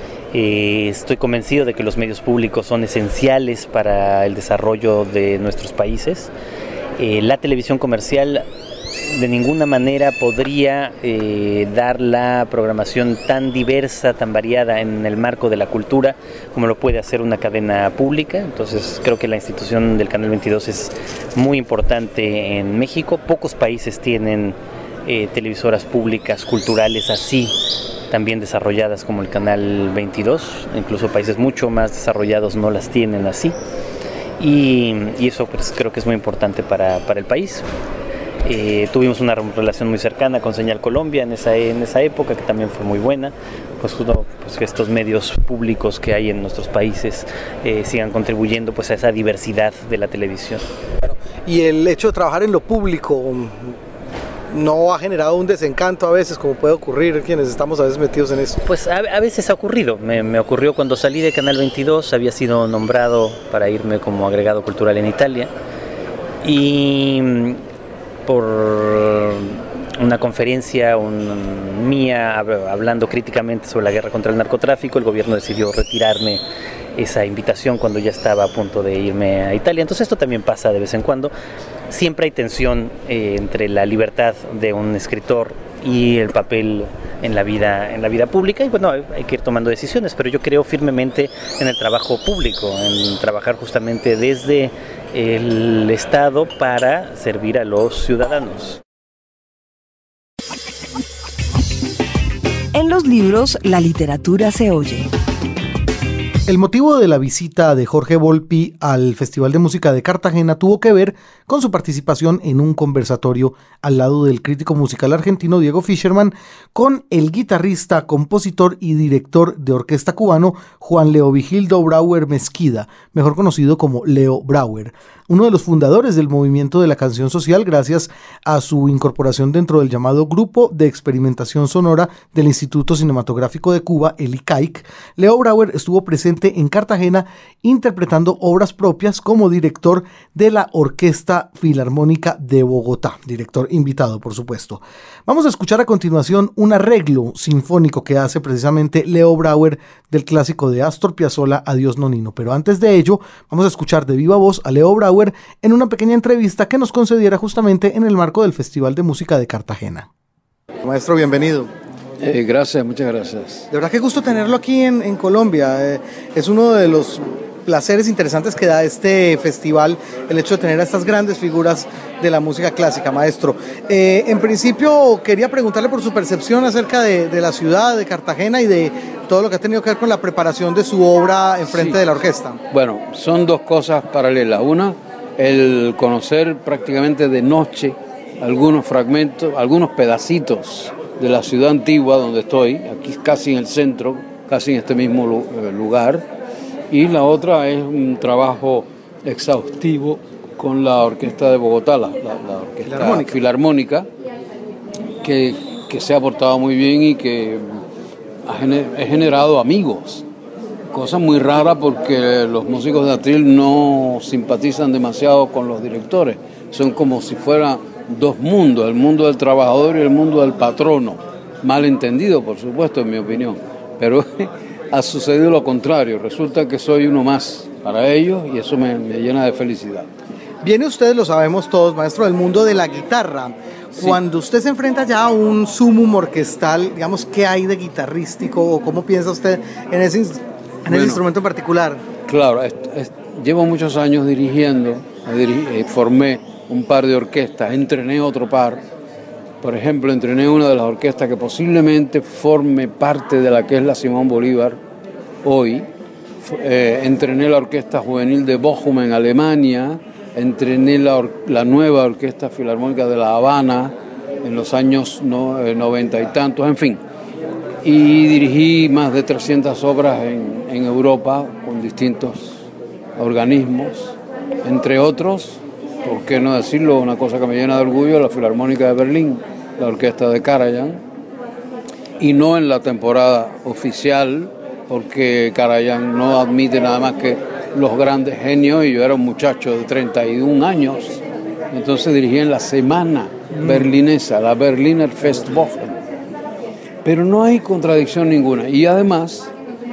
Estoy convencido de que los medios públicos son esenciales para el desarrollo de nuestros países. La televisión comercial de ninguna manera podría dar la programación tan diversa, tan variada en el marco de la cultura como lo puede hacer una cadena pública. Entonces creo que la institución del Canal 22 es muy importante en México. Pocos países tienen televisoras públicas culturales así, también desarrolladas como el Canal 22. Incluso países mucho más desarrollados no las tienen así. Y eso pues, creo que es muy importante para el país. Tuvimos una relación muy cercana con Señal Colombia en esa época, que también fue muy buena. Pues que estos medios públicos que hay en nuestros países sigan contribuyendo pues a esa diversidad de la televisión. Y el hecho de trabajar en lo público no ha generado un desencanto a veces, como puede ocurrir quienes estamos a veces metidos en eso. Pues a veces ha ocurrido. Me ocurrió cuando salí de Canal 22, había sido nombrado para irme como agregado cultural en Italia. Y por una conferencia mía hablando críticamente sobre la guerra contra el narcotráfico, el gobierno decidió retirarme esa invitación cuando ya estaba a punto de irme a Italia. Entonces esto también pasa de vez en cuando. Siempre hay tensión entre la libertad de un escritor y el papel en la vida pública, y bueno, hay que ir tomando decisiones, pero yo creo firmemente en el trabajo público, en trabajar justamente desde el Estado para servir a los ciudadanos. En los libros, la literatura se oye. El motivo de la visita de Jorge Volpi al Festival de Música de Cartagena tuvo que ver con su participación en un conversatorio al lado del crítico musical argentino Diego Fischerman con el guitarrista, compositor y director de orquesta cubano Juan Leovigildo Brauer Mesquida, mejor conocido como Leo Brauer, uno de los fundadores del movimiento de la canción social gracias a su incorporación dentro del llamado Grupo de Experimentación Sonora del Instituto Cinematográfico de Cuba, el ICAIC. Leo Brauer estuvo presente en Cartagena interpretando obras propias como director de la Orquesta Filarmónica de Bogotá, director invitado por supuesto. Vamos a escuchar a continuación un arreglo sinfónico que hace precisamente Leo Brauer del clásico de Astor Piazzolla, Adiós Nonino, pero antes de ello vamos a escuchar de viva voz a Leo Brauer en una pequeña entrevista que nos concediera justamente en el marco del Festival de Música de Cartagena. Maestro, bienvenido. Gracias, muchas gracias. De verdad qué gusto tenerlo aquí en Colombia. Es uno de los placeres interesantes que da este festival, el hecho de tener a estas grandes figuras de la música clásica, maestro. En principio quería preguntarle por su percepción acerca de la ciudad de Cartagena y de todo lo que ha tenido que ver con la preparación de su obra en frente de la orquesta. Bueno, son dos cosas paralelas. Una, el conocer prácticamente de noche algunos fragmentos, algunos pedacitos de la ciudad antigua donde estoy, aquí casi en el centro, casi en este mismo lugar, y la otra es un trabajo exhaustivo con la orquesta de Bogotá, la orquesta filarmónica, que se ha portado muy bien y que he generado amigos. Cosa muy rara porque los músicos de atril no simpatizan demasiado con los directores. Son como si fueran dos mundos, el mundo del trabajador y el mundo del patrono. Mal entendido, por supuesto, en mi opinión. Pero ha sucedido lo contrario. Resulta que soy uno más para ellos y eso me llena de felicidad. Viene usted, lo sabemos todos, maestro, del mundo de la guitarra. Sí. Cuando usted se enfrenta ya a un sumum orquestal, digamos, ¿qué hay de guitarrístico o cómo piensa usted en ese instrumento en particular? Claro, llevo muchos años dirigiendo, formé un par de orquestas, entrené otro par. Por ejemplo, entrené una de las orquestas que posiblemente forme parte de la que es la Simón Bolívar hoy. Entrené la Orquesta Juvenil de Bochum en Alemania, entrené la nueva Orquesta Filarmónica de La Habana en los años 90 y tantos, en fin. Y dirigí más de 300 obras en Europa con distintos organismos, entre otros, por qué no decirlo, una cosa que me llena de orgullo, la Filarmónica de Berlín, la orquesta de Karajan, y no en la temporada oficial, porque Karajan no admite nada más que los grandes genios, y yo era un muchacho de 31 años, entonces dirigí en la semana berlinesa, la Berliner Festwochen. Pero no hay contradicción ninguna. Y además,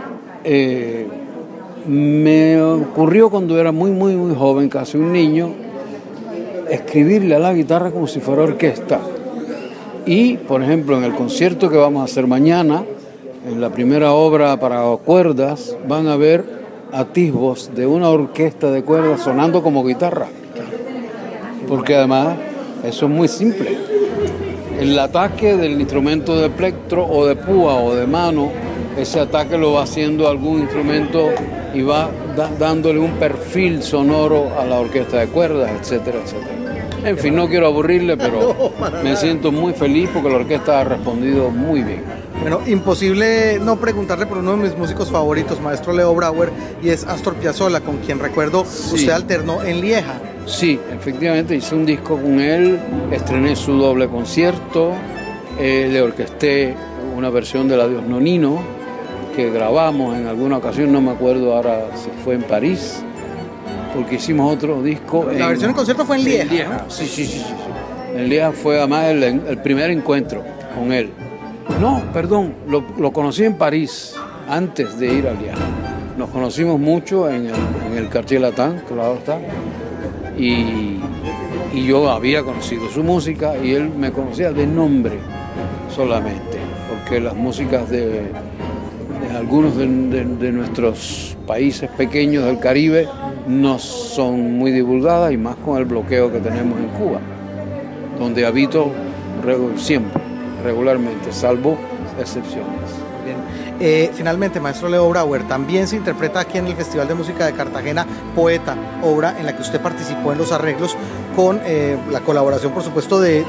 me ocurrió cuando era muy, muy, muy joven, casi un niño, escribirle a la guitarra como si fuera orquesta. Y, por ejemplo, en el concierto que vamos a hacer mañana, en la primera obra para cuerdas, van a ver atisbos de una orquesta de cuerdas sonando como guitarra. Porque además, eso es muy simple. El ataque del instrumento de plectro o de púa o de mano, ese ataque lo va haciendo algún instrumento y va dándole un perfil sonoro a la orquesta de cuerdas, etcétera, etcétera. En fin, no quiero aburrirle, pero me siento muy feliz porque la orquesta ha respondido muy bien. Bueno, imposible no preguntarle por uno de mis músicos favoritos, maestro Leo Brauer, y es Astor Piazzolla, con quien recuerdo usted alternó en Lieja. Sí, efectivamente, hice un disco con él, estrené su doble concierto, le orquesté una versión del Adiós Nonino que grabamos en alguna ocasión, no me acuerdo ahora si fue en París, porque hicimos otro disco. La versión en concierto fue en Lieja. En Lieja, ¿no? Sí. En Lieja fue además el primer encuentro con él. No, perdón, lo conocí en París antes de ir a Lieja. Nos conocimos mucho en el Quartier Latin, claro está. Y yo había conocido su música y él me conocía de nombre solamente, porque las músicas de algunos de nuestros países pequeños del Caribe no son muy divulgadas, y más con el bloqueo que tenemos en Cuba, donde habito siempre, regularmente, salvo excepciones. Bien. Finalmente, maestro Leo Brauer, también se interpreta aquí en el Festival de Música de Cartagena Poeta, obra en la que usted participó en los arreglos con la colaboración, por supuesto, de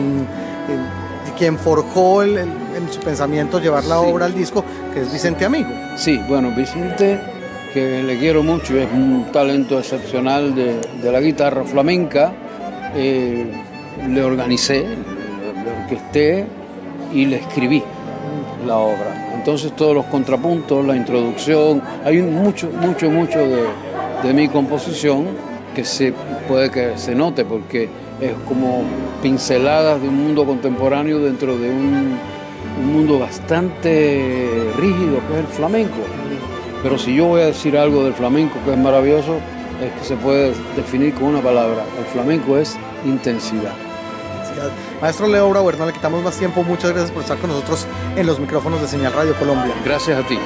quien forjó en su pensamiento llevar la obra al disco, que es Vicente Amigo. Sí, bueno, Vicente, que le quiero mucho, es un talento excepcional de la guitarra flamenca. Le organicé, le orquesté y le escribí la obra. Entonces todos los contrapuntos, la introducción, hay mucho de mi composición que puede que se note, porque es como pinceladas de un mundo contemporáneo dentro de un mundo bastante rígido que es el flamenco. Pero si yo voy a decir algo del flamenco que es maravilloso, es que se puede definir con una palabra: el flamenco es intensidad. Maestro Leo Brauer, no le quitamos más tiempo. Muchas gracias por estar con nosotros en los micrófonos de Señal Radio Colombia. Gracias a ti.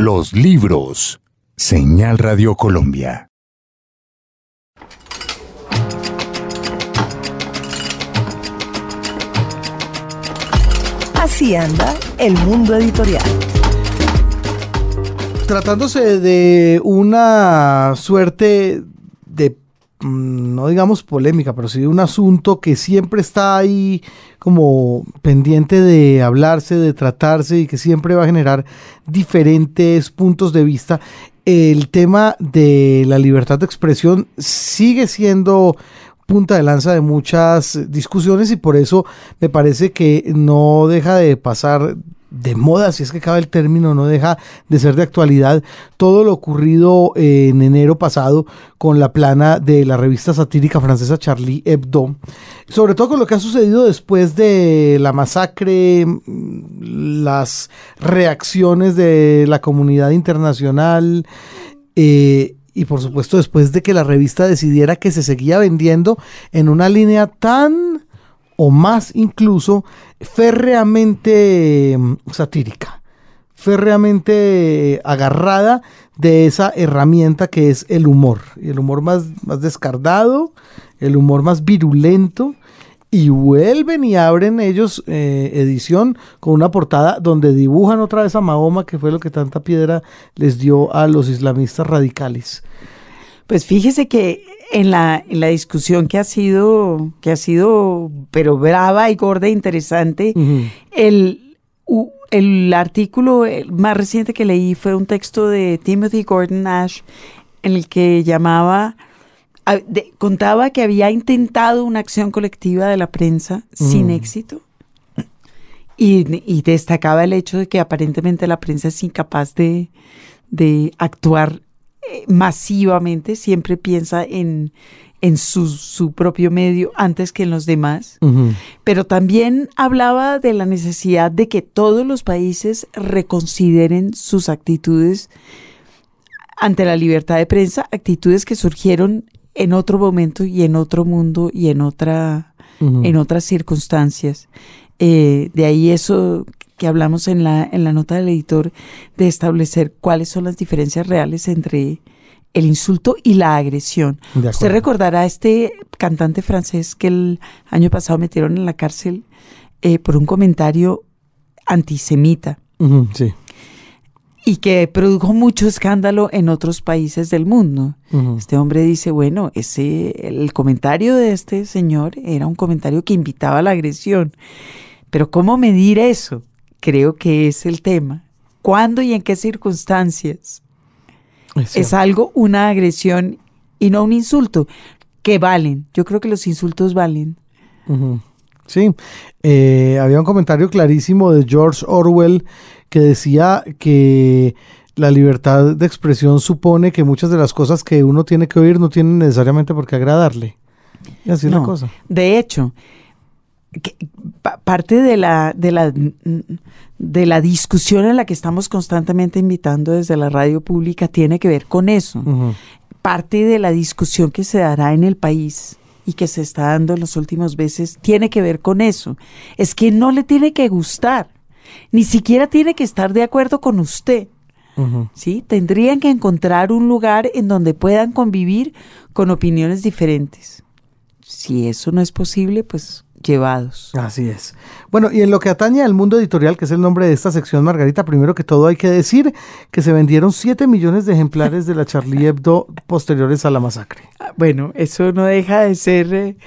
Los libros. Señal Radio Colombia. Así anda el mundo editorial. Tratándose de una suerte de, no digamos polémica, pero sí de un asunto que siempre está ahí como pendiente de hablarse, de tratarse y que siempre va a generar diferentes puntos de vista. El tema de la libertad de expresión sigue siendo punta de lanza de muchas discusiones y por eso me parece que no deja de pasar de moda, si es que cabe el término, no deja de ser de actualidad todo lo ocurrido en enero pasado con la plana de la revista satírica francesa Charlie Hebdo, sobre todo con lo que ha sucedido después de la masacre, las reacciones de la comunidad internacional, y por supuesto después de que la revista decidiera que se seguía vendiendo en una línea tan o más incluso férreamente satírica, férreamente agarrada de esa herramienta que es el humor, y el humor más descardado, el humor más virulento. Y vuelven y abren ellos edición con una portada donde dibujan otra vez a Mahoma, que fue lo que tanta piedra les dio a los islamistas radicales. Pues fíjese que en la discusión que ha sido pero brava y gorda e interesante, el artículo más reciente que leí fue un texto de Timothy Gordon Nash en el que contaba que había intentado una acción colectiva de la prensa sin éxito y destacaba el hecho de que aparentemente la prensa es incapaz de actuar masivamente, siempre piensa en su propio medio antes que en los demás, pero también hablaba de la necesidad de que todos los países reconsideren sus actitudes ante la libertad de prensa, actitudes que surgieron en otro momento y en otro mundo y en otras circunstancias. De ahí eso que hablamos en la nota del editor, de establecer cuáles son las diferencias reales entre el insulto y la agresión. Usted recordará a este cantante francés que el año pasado metieron en la cárcel por un comentario antisemita. Sí. Y que produjo mucho escándalo en otros países del mundo. Este hombre dice, bueno, el comentario de este señor era un comentario que invitaba a la agresión. Pero ¿cómo medir eso? Creo que es el tema. ¿Cuándo y en qué circunstancias es algo, una agresión y no un insulto? Que valen. Yo creo que los insultos valen. Sí. Había un comentario clarísimo de George Orwell que decía que la libertad de expresión supone que muchas de las cosas que uno tiene que oír no tienen necesariamente por qué agradarle. Y así es la cosa. De hecho, parte de la discusión en la que estamos constantemente invitando desde la radio pública tiene que ver con eso. Parte de la discusión que se dará en el país y que se está dando en los últimos meses tiene que ver con eso. Es que no le tiene que gustar, ni siquiera tiene que estar de acuerdo con usted. ¿Sí? Tendrían que encontrar un lugar en donde puedan convivir con opiniones diferentes. Si eso no es posible, pues llevados. Así es. Bueno, y en lo que atañe al mundo editorial, que es el nombre de esta sección, Margarita, primero que todo hay que decir que se vendieron 7 millones de ejemplares de la Charlie Hebdo posteriores a la masacre. Bueno, eso no deja de ser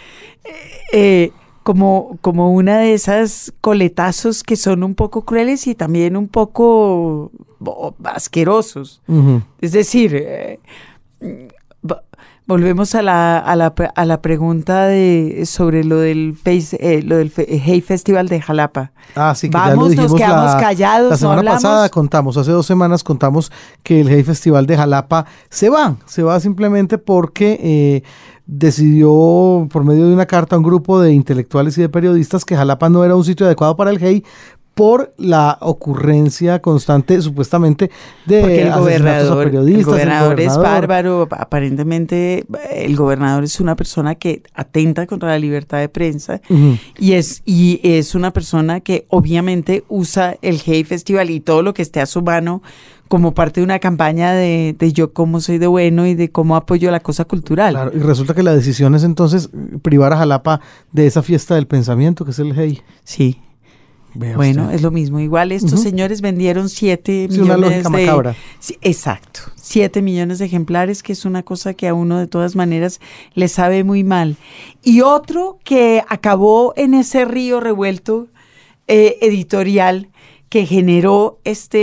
como una de esas coletazos que son un poco crueles y también un poco asquerosos. Es decir, volvemos a la pregunta sobre lo del Hey Festival de Jalapa. Sí, que ya lo dijimos, nos quedamos callados. La semana pasada contamos, hace 2 semanas contamos que el Hey Festival de Jalapa se va simplemente porque decidió por medio de una carta a un grupo de intelectuales y de periodistas que Jalapa no era un sitio adecuado para el Hey por la ocurrencia constante, supuestamente, de asesinatos a periodistas. El gobernador es bárbaro. Aparentemente, el gobernador es una persona que atenta contra la libertad de prensa y es una persona que obviamente usa el Hey Festival y todo lo que esté a su mano como parte de una campaña de yo cómo soy de bueno y de cómo apoyo la cosa cultural. Claro, y resulta que la decisión es entonces privar a Jalapa de esa fiesta del pensamiento que es el Hey. Sí. Vea Bueno, usted. es lo mismo. Igual estos señores vendieron 7 Sí, una millones lógica macabra. Sí, exacto. 7 millones de ejemplares, que es una cosa que a uno de todas maneras le sabe muy mal. Y otro que acabó en ese río revuelto editorial que generó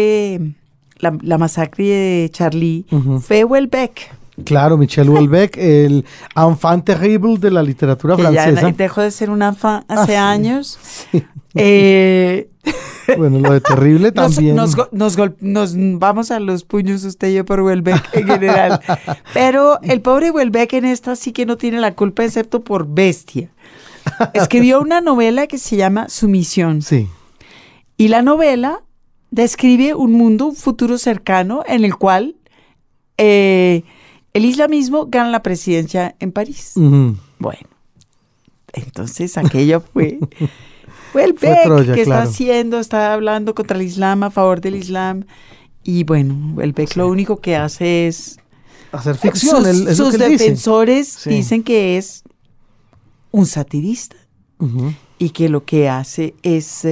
la masacre de Charlie fue Houellebecq. Claro, Michel Houellebecq, el enfant terrible de la literatura Que francesa. ya dejó de ser un enfant hace sí. años. Sí. Eh, Bueno, lo de terrible también. Nos vamos a los puños usted y yo por Houellebecq en general. Pero el pobre Houellebecq en esta sí que no tiene la culpa, excepto por bestia. Escribió una novela que se llama Sumisión. Sí. Y la novela describe un futuro cercano en el cual el islamismo gana la presidencia en París. Ujú. Bueno, entonces aquello fue Houellebecq, Troya, que claro. está hablando contra el Islam, a favor del Islam. Y bueno, Houellebecq lo único que hace es... Hacer ficción, es lo sus que él dice. defensores Sí. dicen que es un satirista Ujú. y que lo que hace es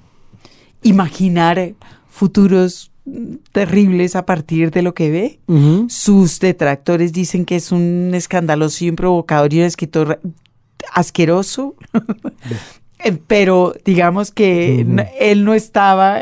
imaginar futuros terribles a partir de lo que ve. Ujú. Sus detractores dicen que es un escandaloso y un provocador y un escritor asqueroso. Pero digamos que él no estaba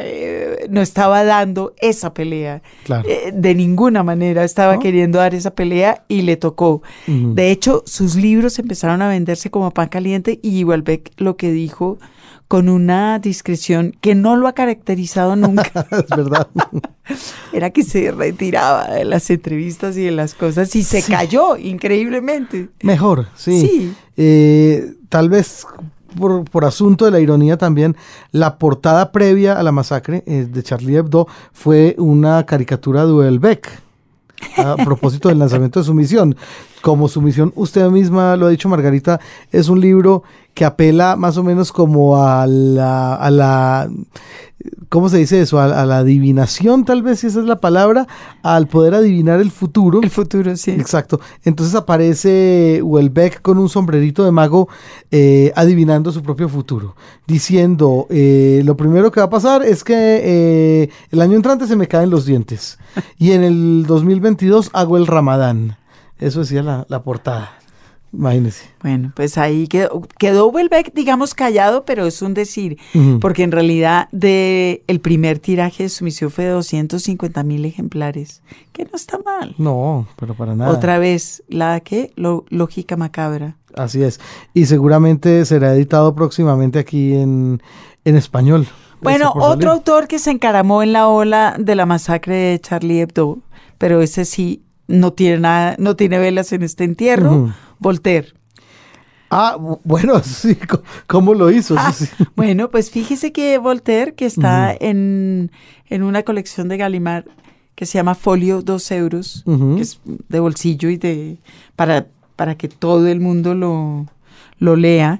dando esa pelea. Claro. De ninguna manera estaba queriendo dar esa pelea y le tocó. Ujú. De hecho, sus libros empezaron a venderse como pan caliente y Houellebecq lo que dijo con una discreción que no lo ha caracterizado nunca. Es verdad. Era que se retiraba de las entrevistas y de las cosas y se cayó increíblemente. Mejor, sí. Sí. Tal vez por asunto de la ironía también, la portada previa a la masacre de Charlie Hebdo fue una caricatura de Houellebecq a propósito del lanzamiento de Sumisión. Como Sumisión, usted misma lo ha dicho, Margarita, es un libro que apela más o menos como a la ¿cómo se dice eso? A la adivinación, tal vez, si esa es la palabra, al poder adivinar el futuro. El futuro, sí. Exacto. Entonces aparece Houellebecq con un sombrerito de mago adivinando su propio futuro, diciendo, lo primero que va a pasar es que el año entrante se me caen los dientes y en el 2022 hago el Ramadán. Eso decía la portada. Imagínese. Bueno, pues ahí quedó Houellebecq, digamos, callado, pero es un decir, Ujú. porque en realidad el primer tiraje de Sumisión fue de 250,000 ejemplares, que no está mal. No, pero para nada. Otra vez, lógica macabra. Así es. Y seguramente será editado próximamente aquí en español. Bueno, Está por otro salir. autor que se encaramó en la ola de la masacre de Charlie Hebdo, pero ese sí no tiene nada, no tiene velas en este entierro, Ujú. Voltaire. Ah, bueno, sí, ¿cómo lo hizo? Sí, sí. Bueno, pues fíjese que Voltaire, que está en una colección de Gallimard que se llama Folio 2 euros, Ujú. que es de bolsillo y para que todo el mundo lo lea.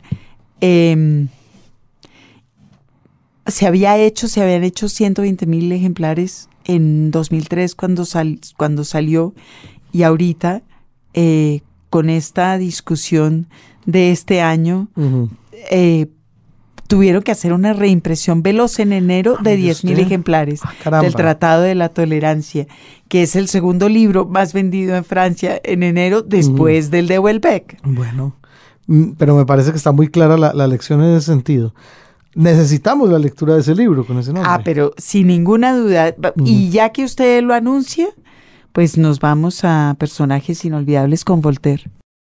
Se habían hecho 120,000 ejemplares en 2003 cuando salió, y ahorita con esta discusión de este año Ujú. tuvieron que hacer una reimpresión veloz en enero de mire 10,000 usted. ejemplares Caramba. del Tratado de la Tolerancia, que es el segundo libro más vendido en Francia en enero después del de Houellebecq. Bueno, pero me parece que está muy clara la lección en ese sentido. Necesitamos la lectura de ese libro con ese nombre. Ah, pero sin ninguna duda, y ya que usted lo anuncia, pues nos vamos a personajes inolvidables con Voltaire.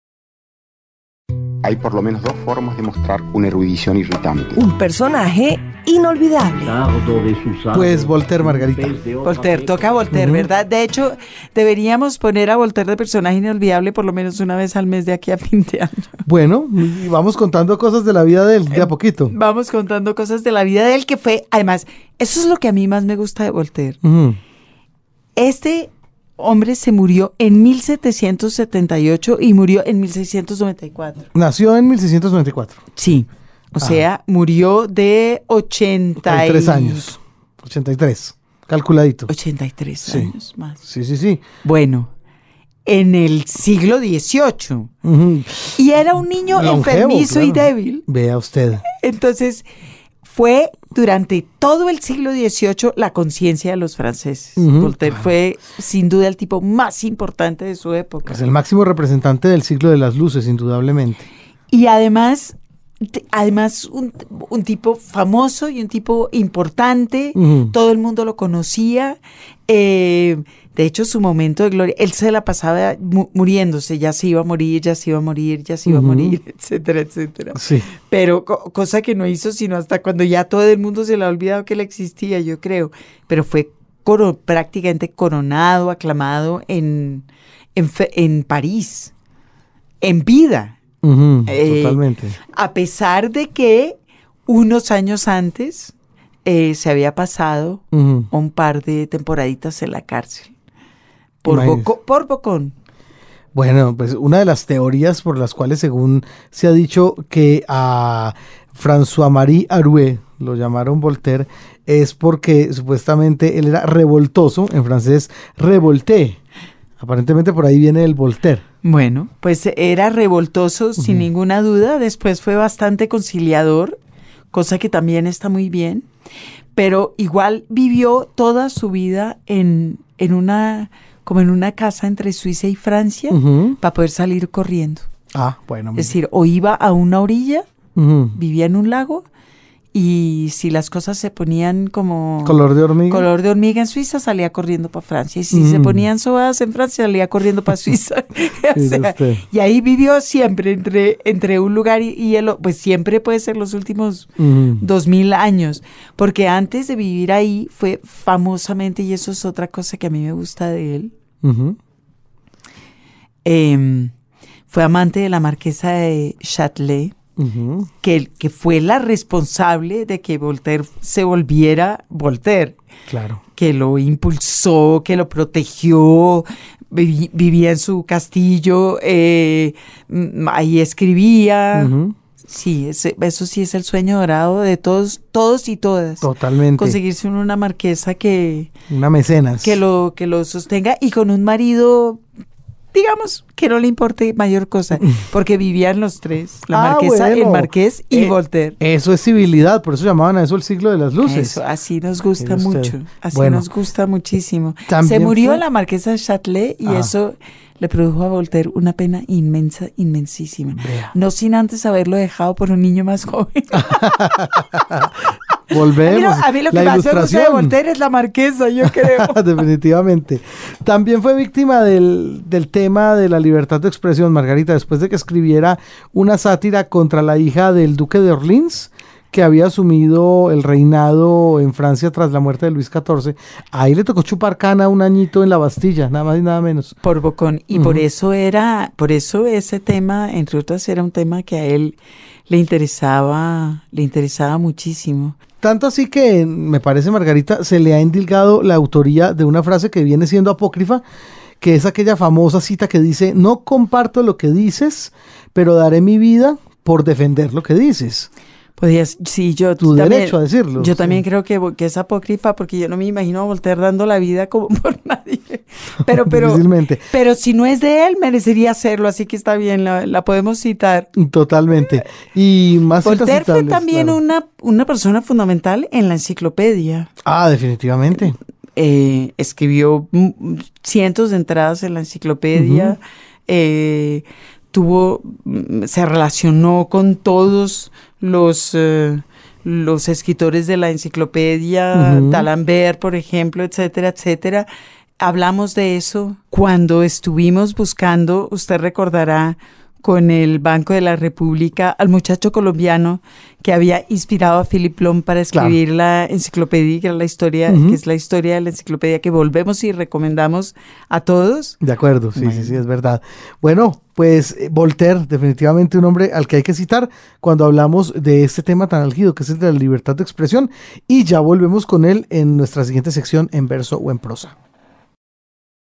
Hay por lo menos dos formas de mostrar una erudición irritante. Un personaje inolvidable. Pues Voltaire, Margarita. Voltaire, toca Voltaire, ¿verdad? De hecho, deberíamos poner a Voltaire de personaje inolvidable por lo menos una vez al mes de aquí a fin de año. Bueno, y vamos contando cosas de la vida de él, de a poquito. Vamos contando cosas de la vida de él que fue, además, eso es lo que a mí más me gusta de Voltaire. Ujú. Este hombre se murió en 1778 y murió en 1694. Nació en 1694. Sí. O sea, murió de 83 años. 83. Calculadito. 83 Sí. años más. Sí. Bueno, en el siglo XVIII. Ujú. Y era un niño Longevo, enfermizo y claro. débil. Vea usted. Entonces, fue durante todo el siglo XVIII la conciencia de los franceses. Ujú, Voltaire claro. fue, sin duda, el tipo más importante de su época. Pues el máximo representante del siglo de las luces, indudablemente. Y además un tipo famoso y un tipo importante. Ujú. Todo el mundo lo conocía. De hecho, su momento de gloria, él se la pasaba muriéndose, ya se iba a morir, ya se iba a morir, ya se iba a Ujú. morir, etcétera, etcétera. Sí. Pero cosa que no hizo sino hasta cuando ya todo el mundo se le ha olvidado que él existía, yo creo. Pero fue prácticamente coronado, aclamado en París, en vida. Ujú, totalmente. A pesar de que unos años antes se había pasado Ujú. un par de temporaditas en la cárcel por Imagínese. bocón. Bueno, pues una de las teorías por las cuales, según se ha dicho, que a François-Marie Arouet lo llamaron Voltaire, es porque supuestamente él era revoltoso, en francés revolté. Aparentemente por ahí viene el Voltaire. Bueno, pues era revoltoso sin ninguna duda, después fue bastante conciliador, cosa que también está muy bien, pero igual vivió toda su vida en una casa entre Suiza y Francia Ujú. para poder salir corriendo. Ah, bueno. Es decir, o iba a una orilla, Ujú. vivía en un lago, y si las cosas se ponían como Color de hormiga. color de hormiga en Suiza, salía corriendo para Francia. Y si se ponían sobadas en Francia, salía corriendo para Suiza. O Mire sea, usted. y ahí vivió siempre entre un lugar y el otro. Pues siempre puede ser los últimos Ujú. 2000 años. Porque antes de vivir ahí fue famosamente, y eso es otra cosa que a mí me gusta de él, Ujú. fue amante de la marquesa de Châtelet, Ujú. que fue la responsable de que Voltaire se volviera Voltaire, Claro. que lo impulsó, que lo protegió, vivía en su castillo, ahí escribía. Ujú. Sí, eso sí es el sueño dorado de todos y todas. Totalmente. Conseguirse una marquesa que Una mecenas. lo sostenga y con un marido, digamos, que no le importe mayor cosa, porque vivían los tres, la marquesa, bueno. el marqués y Voltaire. Eso es civilidad, por eso llamaban a eso el siglo de las luces. Eso, así nos gusta Mire usted. mucho, así Bueno, nos gusta muchísimo. también Se murió fue- la marquesa de Châtelet y Ah. eso le produjo a Voltaire una pena inmensa, inmensísima. Vea. No sin antes haberlo dejado por un niño más joven. Volvemos. A mí lo que la me hace gusto de ilustración. Voltaire es la marquesa, yo creo. Definitivamente. También fue víctima del tema de la libertad de expresión, Margarita, después de que escribiera una sátira contra la hija del duque de Orleans, que había asumido el reinado en Francia tras la muerte de Luis XIV. Ahí le tocó chupar cana un añito en la Bastilla, nada más y nada menos. Por bocón. Y por eso ese tema, entre otras, era un tema que a él le interesaba muchísimo. Tanto así que, me parece, Margarita, se le ha endilgado la autoría de una frase que viene siendo apócrifa, que es aquella famosa cita que dice: no comparto lo que dices, pero daré mi vida por defender lo que dices. Sí, yo Tu también, derecho a decirlo. Yo Sí. también creo que es apócrifa porque yo no me imagino a Voltaire dando la vida como por nadie. Pero Difícilmente. pero si no es de él, merecería hacerlo, así que está bien, la podemos citar. Totalmente. Y más citas Voltaire fue citables, también claro. una persona fundamental en la enciclopedia. Ah, definitivamente. Escribió cientos de entradas en la enciclopedia, se relacionó con todos los escritores de la enciclopedia, D'Alembert, por ejemplo, etcétera, etcétera. Hablamos de eso cuando estuvimos buscando, usted recordará, con el Banco de la República, al muchacho colombiano que había inspirado a Philip Blom para escribir la enciclopedia, que era la historia, que es la historia de la enciclopedia que volvemos y recomendamos a todos. De acuerdo, sí, sí, es verdad. Bueno, pues Voltaire, definitivamente un hombre al que hay que citar cuando hablamos de este tema tan álgido que es el de la libertad de expresión, y ya volvemos con él en nuestra siguiente sección, En Verso o en Prosa.